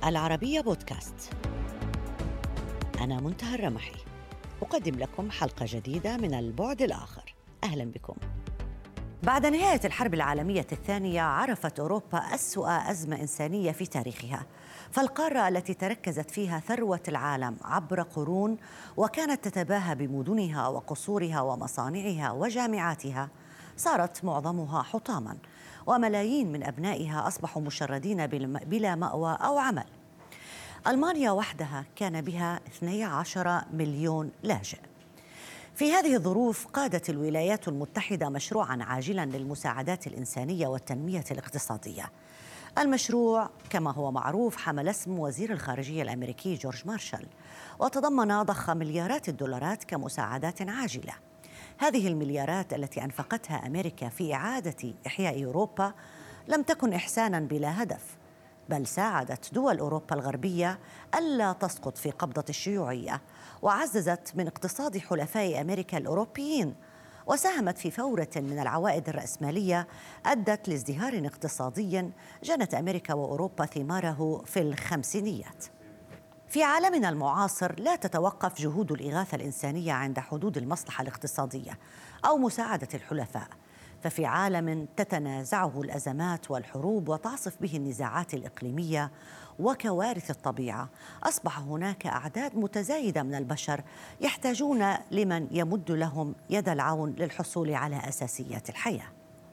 العربية بودكاست. أنا منتهى الرمحي، أقدم لكم حلقة جديدة من البعد الآخر. أهلا بكم. بعد نهاية الحرب العالمية الثانية عرفت أوروبا أسوأ أزمة إنسانية في تاريخها، فالقارة التي تركزت فيها ثروة العالم عبر قرون وكانت تتباهى بمدنها وقصورها ومصانعها وجامعاتها صارت معظمها حطاما، وملايين من أبنائها أصبحوا مشردين بلا مأوى أو عمل. ألمانيا وحدها كان بها 12 مليون لاجئ. في هذه الظروف قادت الولايات المتحدة مشروعاً عاجلاً للمساعدات الإنسانية والتنمية الاقتصادية. المشروع كما هو معروف حمل اسم وزير الخارجية الأمريكي جورج مارشال، وتضمن ضخ مليارات الدولارات كمساعدات عاجلة. هذه المليارات التي أنفقتها أمريكا في إعادة إحياء أوروبا لم تكن إحساناً بلا هدف، بل ساعدت دول أوروبا الغربية ألا تسقط في قبضة الشيوعية، وعززت من اقتصاد حلفاء أمريكا الأوروبيين، وساهمت في فورة من العوائد الرأسمالية أدت لازدهار اقتصادي جنت أمريكا وأوروبا ثماره في الخمسينيات. في عالمنا المعاصر لا تتوقف جهود الإغاثة الإنسانية عند حدود المصلحة الاقتصادية أو مساعدة الحلفاء، ففي عالم تتنازعه الأزمات والحروب وتعصف به النزاعات الإقليمية وكوارث الطبيعة، أصبح هناك أعداد متزايدة من البشر يحتاجون لمن يمد لهم يد العون للحصول على أساسيات الحياة.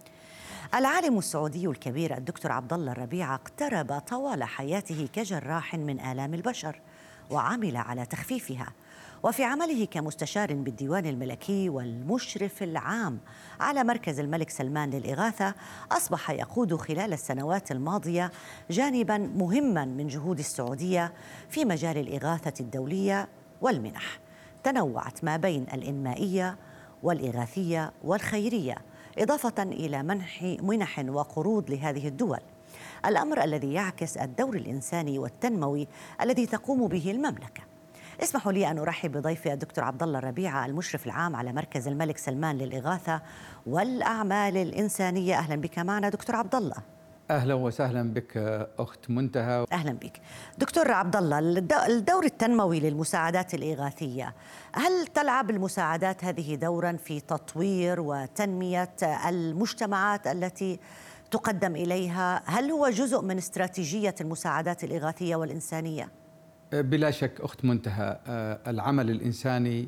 العالم السعودي الكبير الدكتور عبد الله الربيع اقترب طوال حياته كجراح من آلام البشر، وعمل على تخفيفها. وفي عمله كمستشار بالديوان الملكي والمشرف العام على مركز الملك سلمان للإغاثة، أصبح يقود خلال السنوات الماضية جانباً مهماً من جهود السعودية في مجال الإغاثة الدولية والمنح. تنوعت ما بين الإنمائية والإغاثية والخيرية، إضافة إلى منح وقروض لهذه الدول، الأمر الذي يعكس الدور الإنساني والتنموي الذي تقوم به المملكة. اسمحوا لي أن أرحب بضيفي الدكتور عبد الله الربيع، المشرف العام على مركز الملك سلمان للإغاثة والأعمال الإنسانية. أهلا بك معنا دكتور عبد الله. أهلا وسهلا بك أخت منتهى. أهلا بك دكتور عبد الله. الدور التنموي للمساعدات الإغاثية، هل تلعب المساعدات هذه دورا في تطوير وتنمية المجتمعات التي تقدم إليها؟ هل هو جزء من استراتيجية المساعدات الإغاثية والإنسانية؟ بلا شك أخت منتهى، العمل الإنساني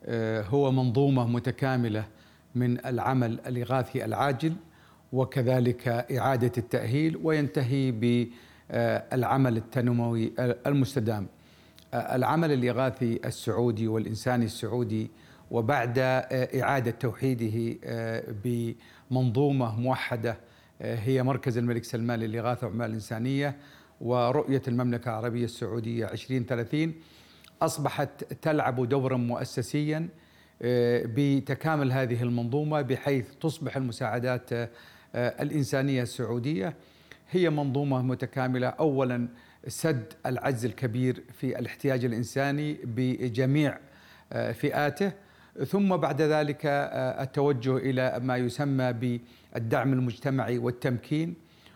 هو منظومة متكاملة من العمل الإغاثي العاجل وكذلك إعادة التأهيل، وينتهي بالعمل التنموي المستدام. العمل الإغاثي السعودي والإنساني السعودي وبعد إعادة توحيده بمنظومة موحدة هي مركز الملك سلمان للإغاثة والأعمال الإنسانية ورؤية المملكة العربية السعودية 2030، أصبحت تلعب دورا مؤسسيا بتكامل هذه المنظومة، بحيث تصبح المساعدات الإنسانية السعودية هي منظومة متكاملة. أولا سد العجز الكبير في الاحتياج الإنساني بجميع فئاته، ثم بعد ذلك التوجه إلى ما يسمى بالدعم المجتمعي والتمكين،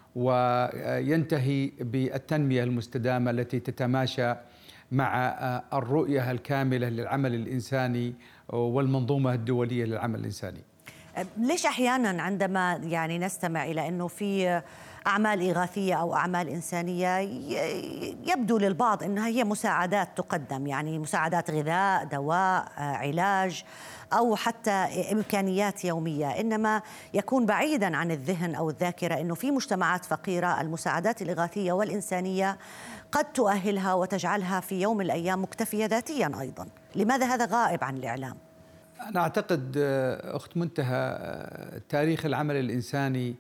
وينتهي بالتنمية المستدامة التي تتماشى مع الرؤية الكاملة للعمل الإنساني والمنظومة الدولية للعمل الإنساني. ليش أحيانا عندما نستمع إلى أنه في أعمال إغاثية أو أعمال إنسانية يبدو للبعض أنها هي مساعدات تقدم، يعني مساعدات غذاء، دواء، علاج، أو حتى إمكانيات يومية، إنما يكون بعيدا عن الذهن أو الذاكرة أنه في مجتمعات فقيرة المساعدات الإغاثية والإنسانية قد تؤهلها وتجعلها في يوم من الأيام مكتفية ذاتيا أيضا؟ لماذا هذا غائب عن الإعلام؟ أنا أعتقد أخت منتهى تاريخ العمل الإنساني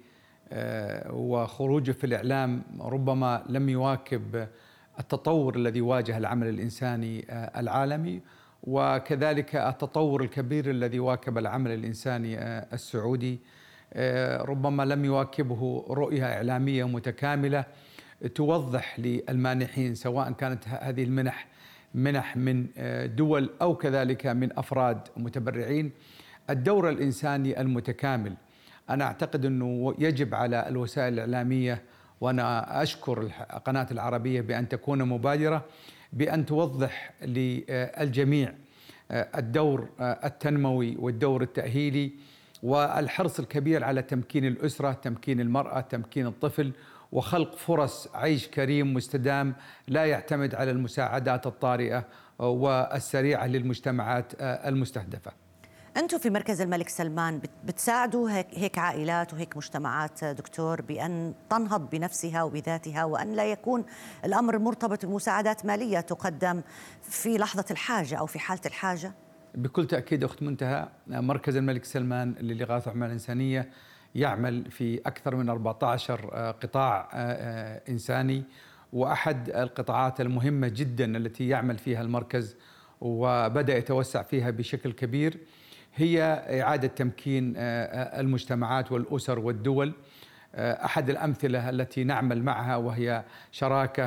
وخروجه في الإعلام ربما لم يواكب التطور الذي واجه العمل الإنساني العالمي، وكذلك التطور الكبير الذي واكب العمل الإنساني السعودي. ربما لم يواكبه رؤية إعلامية متكاملة توضح للمانحين، سواء كانت هذه المنح منح من دول أو كذلك من أفراد متبرعين، الدور الإنساني المتكامل. أنا أعتقد أنه يجب على الوسائل الإعلامية وأنا أشكر قناة العربية بأن تكون مبادرة بأن توضح للجميع الدور التنموي والدور التأهيلي والحرص الكبير على تمكين الأسرة، تمكين المرأة، تمكين الطفل، وخلق فرص عيش كريم مستدام لا يعتمد على المساعدات الطارئة والسريعة للمجتمعات المستهدفة. أنتم في مركز الملك سلمان بتساعدوا هيك عائلات وهيك مجتمعات دكتور بأن تنهض بنفسها وبذاتها، وأن لا يكون الأمر مرتبط بمساعدات مالية تقدم في لحظة الحاجة أو في حالة الحاجة؟ بكل تأكيد أخت منتهى، مركز الملك سلمان للإغاثة والأعمال الإنسانية يعمل في أكثر من 14 قطاع إنساني، وأحد القطاعات المهمة جدا التي يعمل فيها المركز وبدأ يتوسع فيها بشكل كبير هي إعادة تمكين المجتمعات والأسر والدول. أحد الأمثلة التي نعمل معها وهي شراكة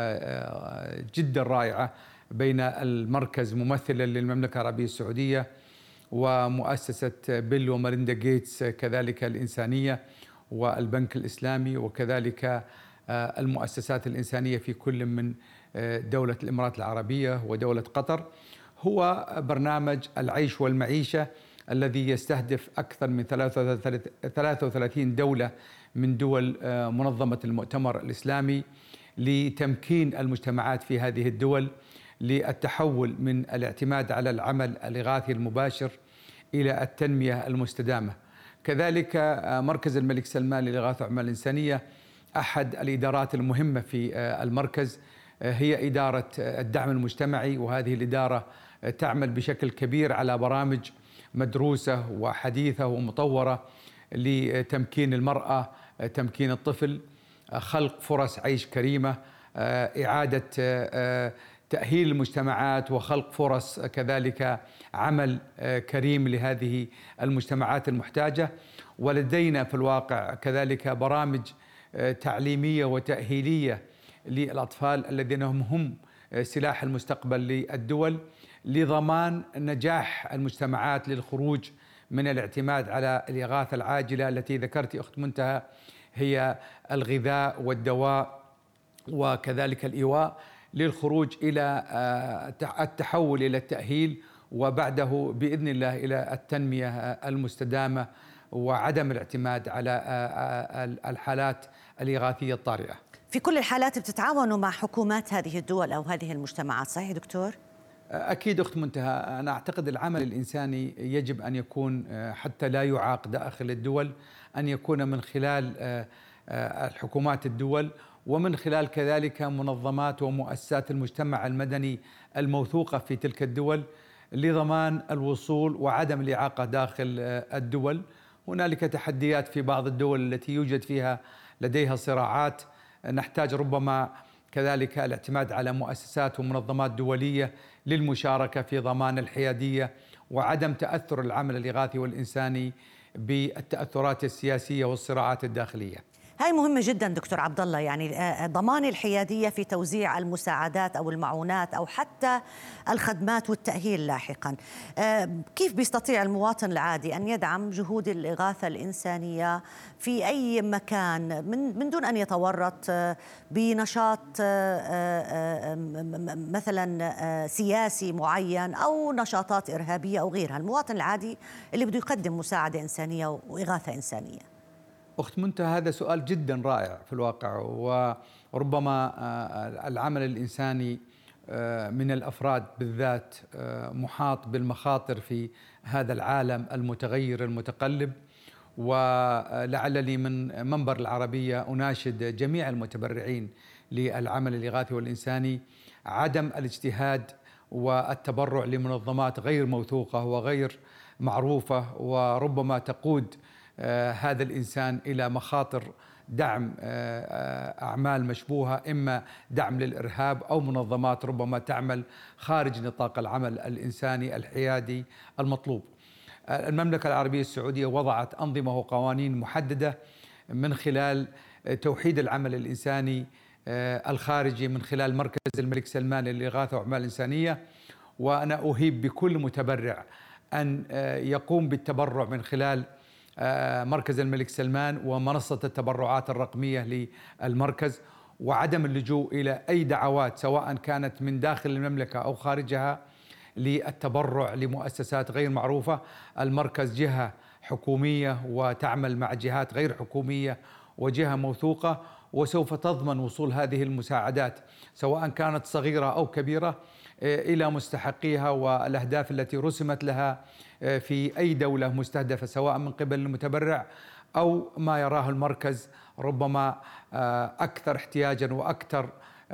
جدا رائعة بين المركز ممثلا للمملكة العربية السعودية ومؤسسة بيل وماريندا غيتس كذلك الإنسانية والبنك الإسلامي وكذلك المؤسسات الإنسانية في كل من دولة الإمارات العربية ودولة قطر. هو برنامج العيش والمعيشة الذي يستهدف أكثر من 33 دولة من دول منظمة المؤتمر الإسلامي لتمكين المجتمعات في هذه الدول للتحول من الاعتماد على العمل الإغاثي المباشر إلى التنمية المستدامة. كذلك مركز الملك سلمان للإغاثة والأعمال الإنسانية أحد الإدارات المهمة في المركز هي إدارة الدعم المجتمعي، وهذه الإدارة تعمل بشكل كبير على برامج مدروسة وحديثة ومطورة لتمكين المرأة، تمكين الطفل، خلق فرص عيش كريمة، إعادة تأهيل المجتمعات وخلق فرص كذلك عمل كريم لهذه المجتمعات المحتاجة. ولدينا في الواقع كذلك برامج تعليمية وتأهيلية للأطفال الذين هم سلاح المستقبل للدول لضمان نجاح المجتمعات للخروج من الاعتماد على الإغاثة العاجلة التي ذكرت أخت منتهى هي الغذاء والدواء وكذلك الإيواء، للخروج إلى التحول إلى التأهيل وبعده بإذن الله إلى التنمية المستدامة وعدم الاعتماد على الحالات الإغاثية الطارئة. في كل الحالات بتتعاونوا مع حكومات هذه الدول أو هذه المجتمعات، صحيح دكتور؟ أكيد أخت منتهى، أنا أعتقد العمل الإنساني يجب أن يكون حتى لا يعاق داخل الدول، أن يكون من خلال الحكومات الدول ومن خلال كذلك منظمات ومؤسسات المجتمع المدني الموثوقة في تلك الدول لضمان الوصول وعدم الإعاقة داخل الدول. هنالك تحديات في بعض الدول التي يوجد فيها لديها صراعات، نحتاج ربما كذلك الاعتماد على مؤسسات ومنظمات دولية للمشاركة في ضمان الحيادية وعدم تأثر العمل الإغاثي والإنساني بالتأثرات السياسية والصراعات الداخلية. هاي مهمة جدا دكتور عبد الله، يعني ضمان الحيادية في توزيع المساعدات أو المعونات أو حتى الخدمات والتأهيل لاحقا. كيف بيستطيع المواطن العادي أن يدعم جهود الإغاثة الإنسانية في أي مكان من دون أن يتورط بنشاط مثلا سياسي معين أو نشاطات إرهابية أو غيرها، المواطن العادي اللي بده يقدم مساعدة إنسانية وإغاثة إنسانية؟ أخت منتهى، هذا سؤال جدا رائع في الواقع، وربما العمل الإنساني من الأفراد بالذات محاط بالمخاطر في هذا العالم المتغير المتقلب. ولعلني من منبر العربية أناشد جميع المتبرعين للعمل الإغاثي والإنساني عدم الاجتهاد والتبرع لمنظمات غير موثوقة وغير معروفة وربما تقود هذا الإنسان إلى مخاطر دعم أعمال مشبوهة، إما دعم للإرهاب أو منظمات ربما تعمل خارج نطاق العمل الإنساني الحيادي المطلوب. المملكة العربية السعودية وضعت أنظمة وقوانين محددة من خلال توحيد العمل الإنساني الخارجي من خلال مركز الملك سلمان للإغاثة والأعمال الإنسانية، وأنا أهيب بكل متبرع أن يقوم بالتبرع من خلال مركز الملك سلمان ومنصة التبرعات الرقمية للمركز، وعدم اللجوء إلى أي دعوات سواء كانت من داخل المملكة أو خارجها للتبرع لمؤسسات غير معروفة. المركز جهة حكومية وتعمل مع جهات غير حكومية وجهة موثوقة، وسوف تضمن وصول هذه المساعدات سواء كانت صغيرة أو كبيرة إلى مستحقيها والأهداف التي رسمت لها في أي دولة مستهدفة، سواء من قبل المتبرع أو ما يراه المركز ربما أكثر احتياجا وأكثر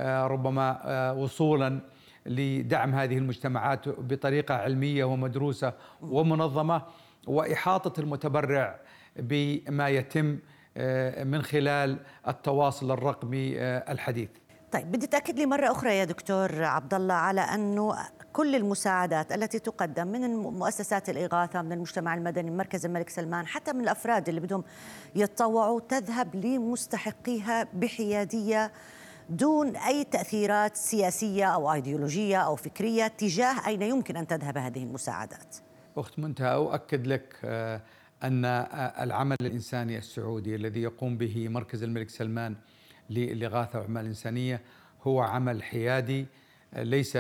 ربما وصولا لدعم هذه المجتمعات بطريقة علمية ومدروسة ومنظمة، وإحاطة المتبرع بما يتم من خلال التواصل الرقمي الحديث. طيب، بدي تأكد لي مرة أخرى يا دكتور عبد الله على أنه كل المساعدات التي تقدم من مؤسسات الإغاثة، من المجتمع المدني، من مركز الملك سلمان، حتى من الأفراد اللي بدهم يتطوعوا، تذهب لمستحقيها بحيادية دون أي تأثيرات سياسية أو أيديولوجية أو فكرية تجاه أين يمكن أن تذهب هذه المساعدات. أخت منتهى، أؤكد لك أن العمل الإنساني السعودي الذي يقوم به مركز الملك سلمان للإغاثة والأعمال الإنسانية هو عمل حيادي، ليس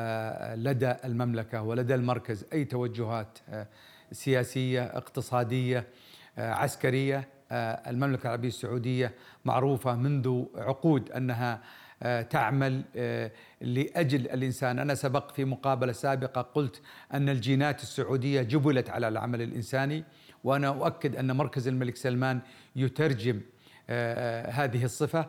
لدى المملكة ولدى المركز أي توجهات سياسية، اقتصادية، عسكرية. المملكة العربية السعودية معروفة منذ عقود أنها تعمل لأجل الإنسان. أنا سبق في مقابلة سابقة قلت أن الجينات السعودية جبلت على العمل الإنساني، وأنا أؤكد أن مركز الملك سلمان يترجم هذه الصفة،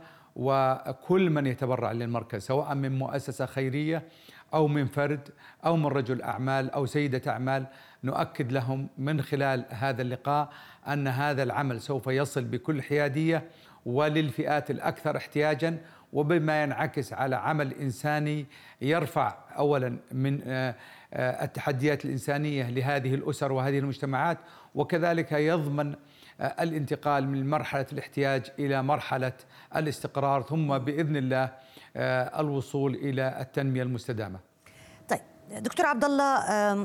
وكل من يتبرع للمركز سواء من مؤسسة خيرية أو من فرد أو من رجل أعمال أو سيدة أعمال، نؤكد لهم من خلال هذا اللقاء أن هذا العمل سوف يصل بكل حيادية وللفئات الأكثر احتياجاً، وبما ينعكس على عمل إنساني يرفع أولاً من التحديات الإنسانية لهذه الأسر وهذه المجتمعات، وكذلك يضمن الانتقال من مرحلة الاحتياج إلى مرحلة الاستقرار، ثم بإذن الله الوصول إلى التنمية المستدامة. طيب دكتور عبد الله،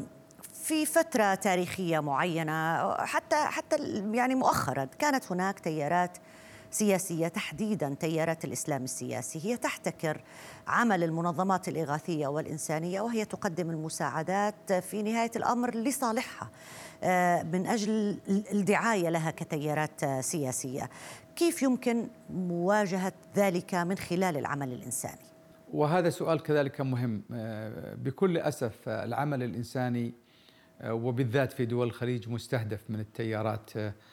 في فترة تاريخية معينة حتى يعني مؤخرا كانت هناك تيارات سياسية، تحديدا تيارات الإسلام السياسي، هي تحتكر عمل المنظمات الإغاثية والإنسانية، وهي تقدم المساعدات في نهاية الأمر لصالحها من أجل الدعاية لها كتيارات سياسية. كيف يمكن مواجهة ذلك من خلال العمل الإنساني؟ وهذا سؤال كذلك مهم. بكل أسف العمل الإنساني وبالذات في دول الخليج مستهدف من التيارات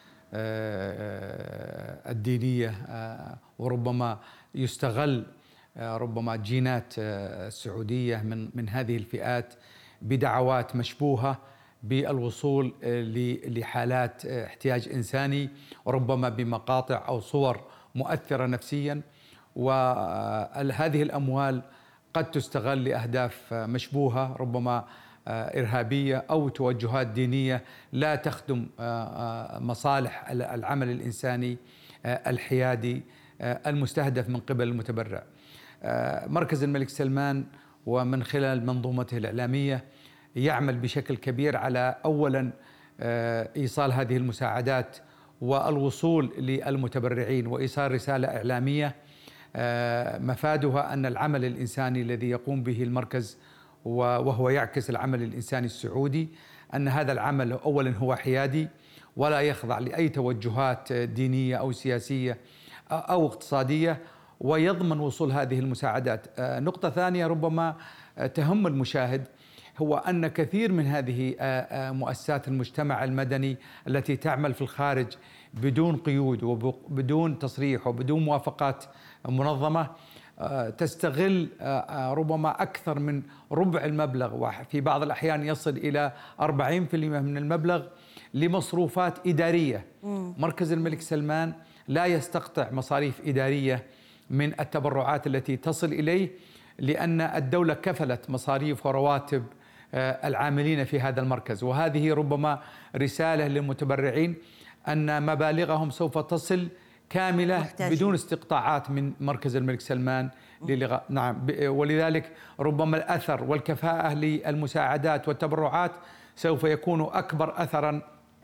الدينية، وربما يستغل ربما جينات السعودية من هذه الفئات بدعوات مشبوهة بالوصول لحالات احتياج إنساني، وربما بمقاطع أو صور مؤثرة نفسيا، وهذه الأموال قد تستغل لأهداف مشبوهة ربما إرهابية أو توجهات دينية لا تخدم مصالح العمل الإنساني الحيادي المستهدف من قبل المتبرع. مركز الملك سلمان ومن خلال منظومته الإعلامية يعمل بشكل كبير على أولا إيصال هذه المساعدات والوصول للمتبرعين وإيصال رسالة إعلامية مفادها أن العمل الإنساني الذي يقوم به المركز وهو يعكس العمل الإنساني السعودي، أن هذا العمل أولا هو حيادي ولا يخضع لأي توجهات دينية أو سياسية أو اقتصادية، ويضمن وصول هذه المساعدات. نقطة ثانية ربما تهم المشاهد هو أن كثير من هذه مؤسسات المجتمع المدني التي تعمل في الخارج بدون قيود وبدون تصريح وبدون موافقات منظمة تستغل ربما أكثر من ربع المبلغ، وفي بعض الأحيان يصل إلى 40% من المبلغ لمصروفات إدارية. مركز الملك سلمان لا يستقطع مصاريف إدارية من التبرعات التي تصل إليه، لأن الدولة كفلت مصاريف ورواتب العاملين في هذا المركز، وهذه ربما رسالة للمتبرعين أن مبالغهم سوف تصل كاملة محتاجين بدون استقطاعات من مركز الملك سلمان للغاء. نعم، ولذلك ربما الأثر والكفاءة للمساعدات والتبرعات سوف يكون أكبر أثرا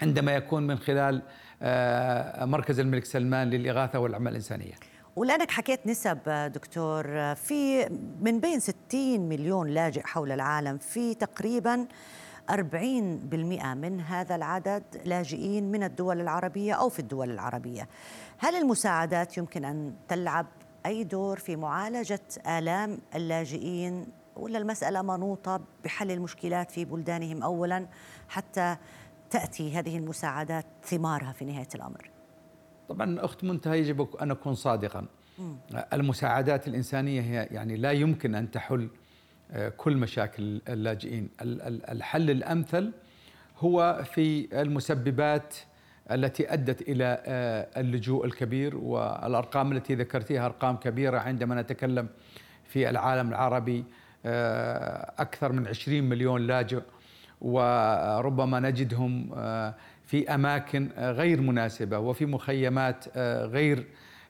عندما يكون من خلال مركز الملك سلمان للإغاثة والأعمال الإنسانية. ولأنك حكيت نسب دكتور، في من بين 60 مليون لاجئ حول العالم، في تقريباً 40% من هذا العدد لاجئين من الدول العربية أو في الدول العربية. هل المساعدات يمكن أن تلعب أي دور في معالجة آلام اللاجئين، ولا المسألة منوطة بحل المشكلات في بلدانهم أولاً حتى تأتي هذه المساعدات ثمارها في نهاية الأمر؟ طبعا أخت منتهى يجب أن أكون صادقا. المساعدات الإنسانية هي يعني لا يمكن أن تحل كل مشاكل اللاجئين. الحل الأمثل هو في المسببات التي أدت إلى اللجوء الكبير، والأرقام التي ذكرتيها أرقام كبيرة. عندما نتكلم في العالم العربي أكثر من 20 مليون لاجئ، وربما نجدهم في أماكن غير مناسبة وفي مخيمات غير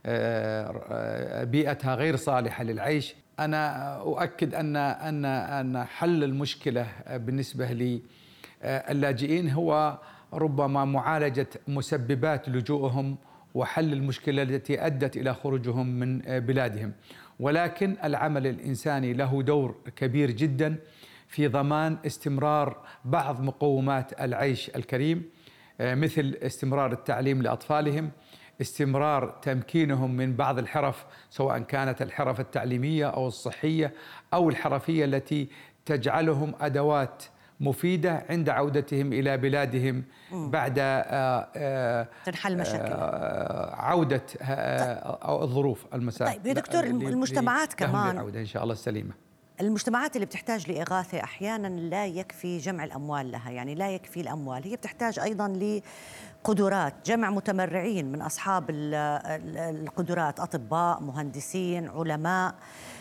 بيئتها غير صالحة للعيش. أنا أؤكد أن حل المشكلة بالنسبة للاجئين هو ربما معالجة مسببات لجوءهم وحل المشكلة التي أدت إلى خروجهم من بلادهم. ولكن العمل الإنساني له دور كبير جدا في ضمان استمرار بعض مقومات العيش الكريم، مثل استمرار التعليم لأطفالهم، استمرار تمكينهم من بعض الحرف، سواء كانت الحرف التعليمية أو الصحية أو الحرفية التي تجعلهم أدوات مفيدة عند عودتهم إلى بلادهم بعد تنحل مشاكل عودة أو الظروف المساء. طيب يا دكتور، المجتمعات كمان العودة إن شاء الله السليمة. المجتمعات اللي بتحتاج لإغاثة أحياناً لا يكفي جمع الأموال لها، يعني لا يكفي الأموال، هي بتحتاج أيضاً لقدرات، جمع متمرعين من أصحاب القدرات، أطباء، مهندسين، علماء.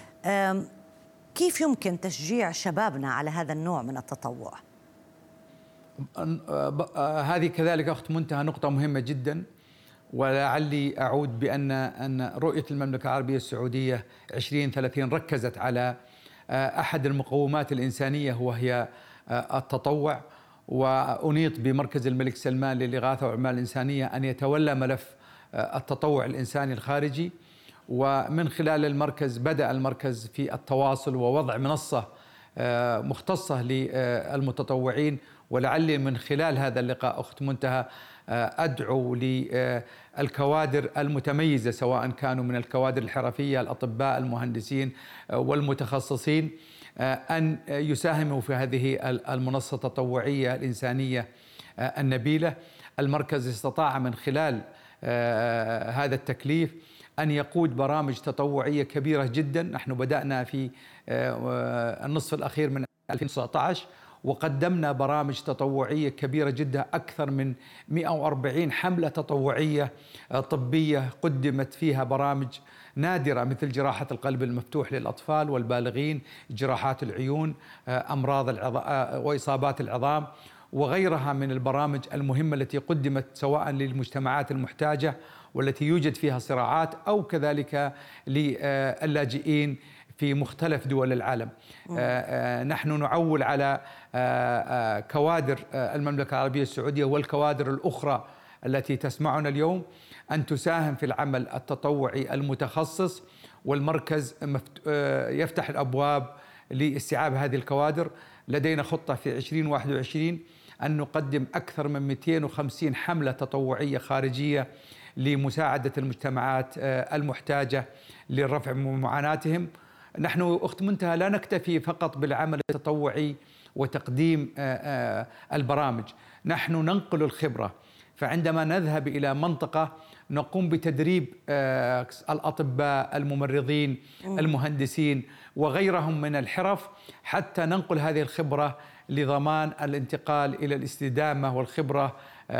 كيف يمكن تشجيع شبابنا على هذا النوع من التطوع؟ هذه كذلك أخت منتهى نقطة مهمة جداً، ولعلي أعود بأن رؤية المملكة العربية السعودية 2030 ركزت على أحد المقومات الإنسانية وهي التطوع، وأنيط بمركز الملك سلمان للإغاثة والأعمال الإنسانية أن يتولى ملف التطوع الإنساني الخارجي. ومن خلال المركز بدأ المركز في التواصل ووضع منصة مختصة للمتطوعين. ولعلي من خلال هذا اللقاء أخت منتهى أدعو للكوادر المتميزة، سواء كانوا من الكوادر الحرفية، الأطباء، المهندسين والمتخصصين، أن يساهموا في هذه المنصة التطوعية الإنسانية النبيلة. المركز استطاع من خلال هذا التكليف أن يقود برامج تطوعية كبيرة جدا. نحن بدأنا في النصف الأخير من 2019 وقدمنا برامج تطوعية كبيرة جدا، أكثر من 140 حملة تطوعية طبية قدمت فيها برامج نادرة، مثل جراحة القلب المفتوح للأطفال والبالغين، جراحات العيون، أمراض وإصابات العظام، وغيرها من البرامج المهمة التي قدمت سواء للمجتمعات المحتاجة والتي يوجد فيها صراعات، أو كذلك للاجئين في مختلف دول العالم. نحن نعول على كوادر المملكة العربية السعودية والكوادر الأخرى التي تسمعنا اليوم أن تساهم في العمل التطوعي المتخصص، والمركز يفتح الأبواب لاستيعاب هذه الكوادر. لدينا خطة في 2021 أن نقدم أكثر من 250 حملة تطوعية خارجية لمساعدة المجتمعات المحتاجة لرفع معاناتهم. نحن أخت منتهى لا نكتفي فقط بالعمل التطوعي وتقديم البرامج، نحن ننقل الخبرة. فعندما نذهب إلى منطقة نقوم بتدريب الأطباء، الممرضين، المهندسين وغيرهم من الحرف، حتى ننقل هذه الخبرة لضمان الانتقال إلى الاستدامة والخبرة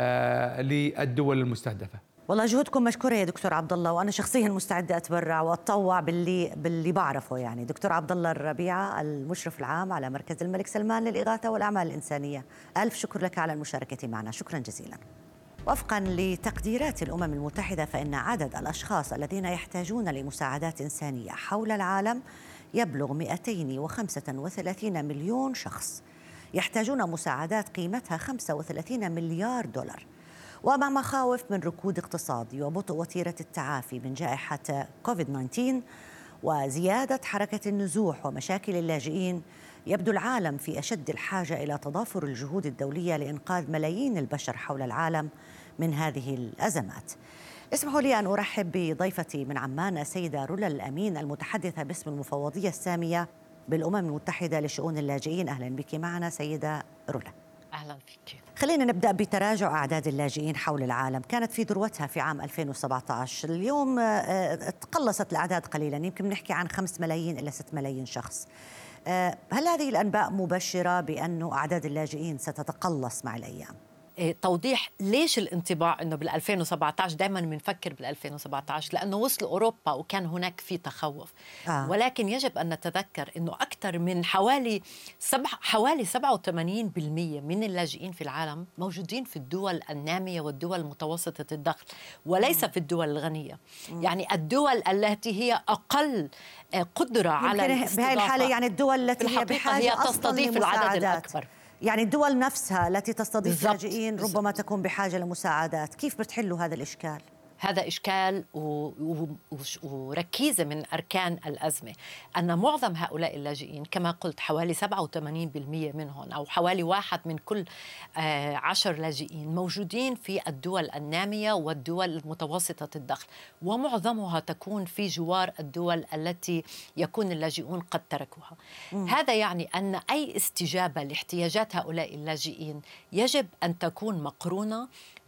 للدول المستهدفة. والله جهودكم مشكورة يا دكتور عبد الله، وأنا شخصيا مستعدة أتبرع وأتطوع باللي بعرفه. يعني دكتور عبد الله الربيعة، المشرف العام على مركز الملك سلمان للإغاثة والأعمال الإنسانية، ألف شكر لك على المشاركة معنا، شكرا جزيلا. وفقا لتقديرات الأمم المتحدة، فإن عدد الأشخاص الذين يحتاجون لمساعدات إنسانية حول العالم يبلغ 235 مليون شخص. يحتاجون مساعدات قيمتها 35 مليار دولار. ومع مخاوف من ركود اقتصادي وبطء وتيرة التعافي من جائحة كوفيد-19 وزيادة حركة النزوح ومشاكل اللاجئين، يبدو العالم في أشد الحاجة إلى تضافر الجهود الدولية لإنقاذ ملايين البشر حول العالم من هذه الأزمات. اسمحوا لي أن أرحب بضيفتي من عمان السيدة رولا الأمين، المتحدثة باسم المفوضية السامية بالأمم المتحدة لشؤون اللاجئين. أهلا بك معنا سيدة رولا. أهلا فيك. خلينا نبدأ بتراجع أعداد اللاجئين حول العالم. كانت في ذروتها في عام 2017، اليوم تقلصت الأعداد قليلا، يمكن نحكي عن 5 ملايين إلى 6 ملايين شخص. هل هذه الأنباء مبشرة بأن أعداد اللاجئين ستتقلص مع الأيام؟ توضيح ليش الانطباع انه بال2017 دائما بنفكر بال2017 لانه وصلوا اوروبا وكان هناك في تخوف. ولكن يجب ان نتذكر انه اكثر من حوالي 87% من اللاجئين في العالم موجودين في الدول الناميه والدول المتوسطه الدخل وليس في الدول الغنيه. يعني الدول التي هي اقل قدره على الاستضافه بهذه الحاله، يعني الدول التي هي بحاجه هي تستضيف العدد الاكبر. يعني الدول نفسها التي تستضيف لاجئين ربما تكون بحاجة لمساعدات. كيف بتحلوا هذا الإشكال؟ هذا إشكال وركيزة من أركان الأزمة أن معظم هؤلاء اللاجئين كما قلت حوالي 87% منهم أو حوالي 1 من كل 10 لاجئين موجودين في الدول النامية والدول المتوسطة الدخل، ومعظمها تكون في جوار الدول التي يكون اللاجئون قد تركوها. هذا يعني أن أي استجابة لاحتياجات هؤلاء اللاجئين يجب أن تكون مقرونة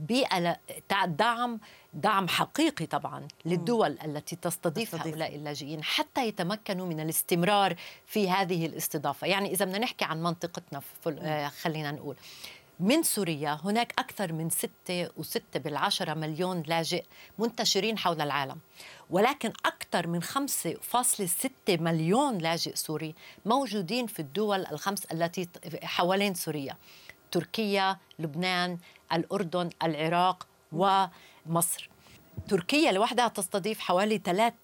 بدعم حقيقي طبعا للدول التي تستضيف هؤلاء اللاجئين حتى يتمكنوا من الاستمرار في هذه الاستضافة. يعني إذا بدنا نحكي عن منطقتنا خلينا نقول من سوريا هناك أكثر من 6.6 مليون لاجئ منتشرين حول العالم، ولكن أكثر من 5.6 مليون لاجئ سوري موجودين في الدول الخمس التي حوالين سوريا: تركيا، لبنان، الأردن، العراق ومصر. تركيا لوحدها تستضيف حوالي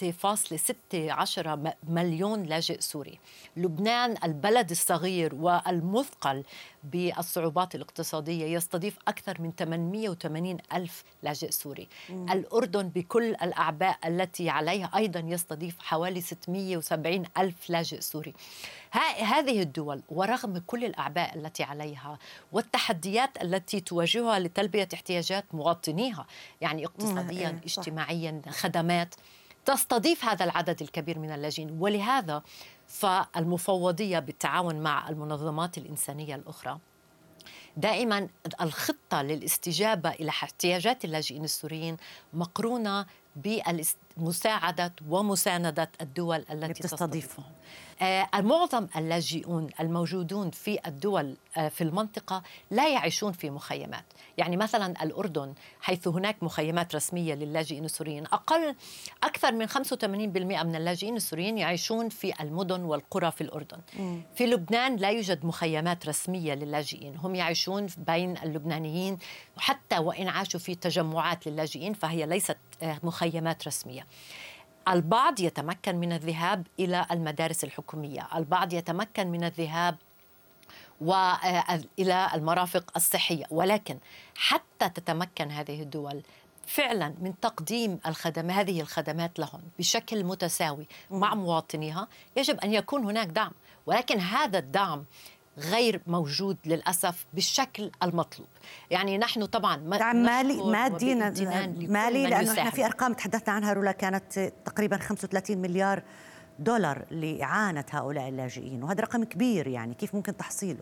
3.16 مليون لاجئ سوري. لبنان البلد الصغير والمثقل بالصعوبات الاقتصادية يستضيف أكثر من 880 ألف لاجئ سوري. الأردن بكل الأعباء التي عليها أيضا يستضيف حوالي 670 ألف لاجئ سوري. هذه الدول ورغم كل الأعباء التي عليها والتحديات التي تواجهها لتلبية احتياجات مواطنيها، يعني اقتصاديا اجتماعيا خدمات، تستضيف هذا العدد الكبير من اللاجئين. ولهذا فالمفوضية بالتعاون مع المنظمات الإنسانية الأخرى دائما الخطة للاستجابة إلى احتياجات اللاجئين السوريين مقرونة بمساعدة ومساندة الدول التي تستضيفهم. معظم اللاجئون الموجودون في الدول في المنطقة لا يعيشون في مخيمات. يعني مثلا الأردن حيث هناك مخيمات رسمية للاجئين السوريين، أكثر من 85% من اللاجئين السوريين يعيشون في المدن والقرى في الأردن. في لبنان لا يوجد مخيمات رسمية للاجئين، هم يعيشون بين اللبنانيين، حتى وإن عاشوا في تجمعات للاجئين فهي ليست مخيمات رسمية. البعض يتمكن من الذهاب إلى المدارس الحكومية، البعض يتمكن من الذهاب وإلى المرافق الصحية، ولكن حتى تتمكن هذه الدول فعلا من تقديم هذه الخدمات لهم بشكل متساوي مع مواطنيها يجب أن يكون هناك دعم، ولكن هذا الدعم غير موجود للأسف بالشكل المطلوب. يعني نحن طبعا دعم مالي لأنه احنا في أرقام تحدثنا عنها رولا، كانت تقريبا 35 مليار دولار لإعانة هؤلاء اللاجئين، وهذا رقم كبير. يعني كيف ممكن تحصيله؟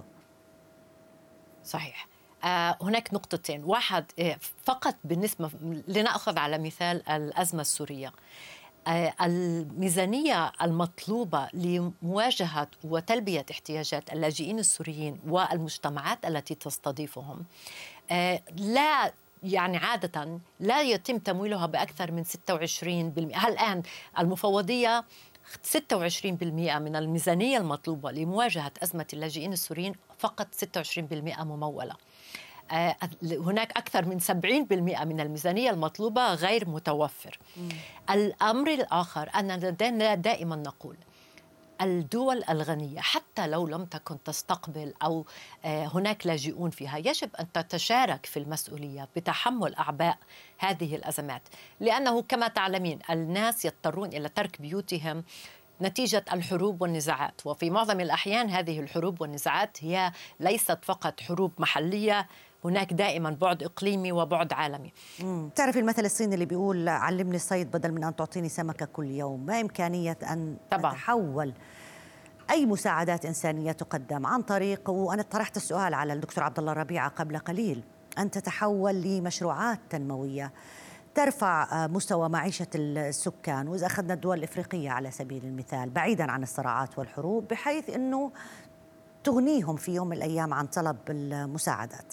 صحيح. هناك نقطتين. واحد فقط بالنسبة لنأخذ على مثال الأزمة السورية، الميزانية المطلوبة لمواجهة وتلبية احتياجات اللاجئين السوريين والمجتمعات التي تستضيفهم لا يعني عادة لا يتم تمويلها بأكثر من 26%. الآن المفوضية 26% من الميزانية المطلوبة لمواجهة أزمة اللاجئين السوريين، فقط 26% ممولة. هناك أكثر من 70% من الميزانية المطلوبة غير متوفر. الأمر الآخر أننا دائما نقول الدول الغنية حتى لو لم تكن تستقبل أو هناك لاجئون فيها يجب أن تتشارك في المسؤولية بتحمل أعباء هذه الأزمات، لأنه كما تعلمين الناس يضطرون إلى ترك بيوتهم نتيجة الحروب والنزاعات، وفي معظم الأحيان هذه الحروب والنزاعات هي ليست فقط حروب محلية، هناك دائما بعد إقليمي وبعد عالمي. تعرفي المثل الصيني اللي بيقول علمني الصيد بدل من أن تعطيني سمكة كل يوم. ما إمكانية أن تتحول أي مساعدات إنسانية تقدم عن طريق، وأنا طرحت السؤال على الدكتور عبد الله ربيعة قبل قليل، أن تتحول لمشروعات تنموية ترفع مستوى معيشة السكان، وإذا أخذنا الدول الإفريقية على سبيل المثال بعيداً عن الصراعات والحروب، بحيث أنه تغنيهم في يوم من الأيام عن طلب المساعدات.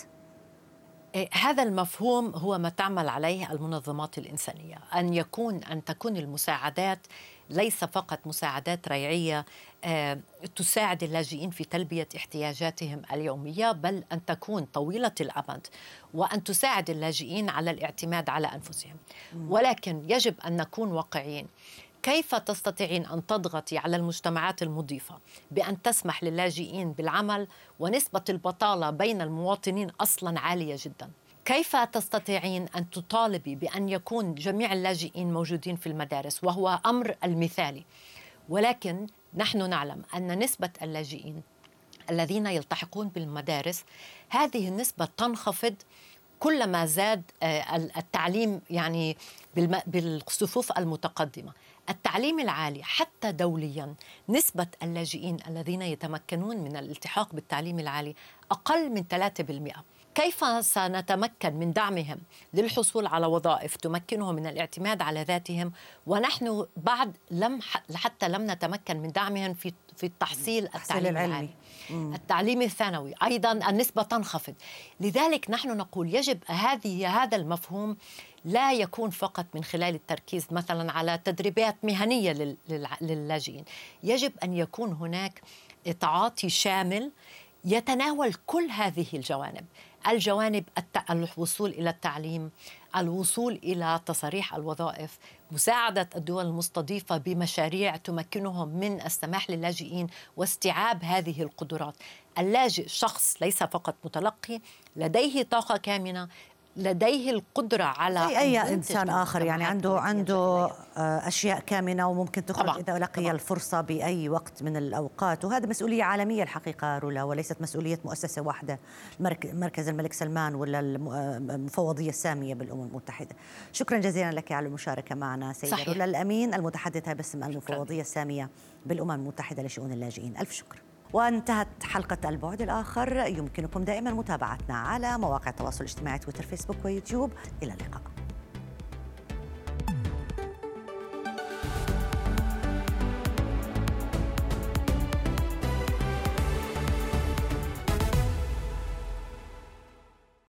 هذا المفهوم هو ما تعمل عليه المنظمات الإنسانية، أن تكون المساعدات ليس فقط مساعدات ريعية تساعد اللاجئين في تلبية احتياجاتهم اليومية، بل أن تكون طويلة الأمد وأن تساعد اللاجئين على الاعتماد على أنفسهم. ولكن يجب أن نكون واقعيين. كيف تستطيعين أن تضغطي على المجتمعات المضيفة بأن تسمح للاجئين بالعمل ونسبة البطالة بين المواطنين أصلاً عالية جداً؟ كيف تستطيعين أن تطالبي بأن يكون جميع اللاجئين موجودين في المدارس وهو أمر المثالي؟ ولكن نحن نعلم أن نسبة اللاجئين الذين يلتحقون بالمدارس هذه النسبة تنخفض كلما زاد التعليم، يعني بالصفوف المتقدمة. التعليم العالي حتى دوليا نسبة اللاجئين الذين يتمكنون من الالتحاق بالتعليم العالي أقل من 3%. كيف سنتمكن من دعمهم للحصول على وظائف تمكنهم من الاعتماد على ذاتهم ونحن بعد حتى لم نتمكن من دعمهم في التحصيل التعليم العالي؟ التعليم الثانوي أيضا النسبة تنخفض. لذلك نحن نقول يجب هذا المفهوم لا يكون فقط من خلال التركيز مثلا على تدريبات مهنية للاجئين، يجب أن يكون هناك تعاطي شامل يتناول كل هذه الجوانب الوصول إلى التعليم، الوصول إلى تصاريح الوظائف، مساعدة الدول المستضيفة بمشاريع تمكنهم من السماح للاجئين واستيعاب هذه القدرات. اللاجئ شخص ليس فقط متلقي، لديه طاقة كامنة، لديه القدرة على زي أي إنسان آخر، يعني عنده أشياء كامنة وممكن تخرج إذا لقي الفرصة بأي وقت من الأوقات. وهذا مسؤولية عالمية الحقيقة رولا، وليست مسؤولية مؤسسة واحدة، مركز الملك سلمان ولا المفوضية السامية بالأمم المتحدة. شكرا جزيلا لك على المشاركة معنا سيدة رولا الأمين، المتحدثة باسم المفوضية السامية بالأمم المتحدة لشؤون اللاجئين. ألف شكر. وانتهت حلقة البعد الآخر. يمكنكم دائما متابعتنا على مواقع التواصل الاجتماعي تويتر، فيسبوك ويوتيوب. إلى اللقاء.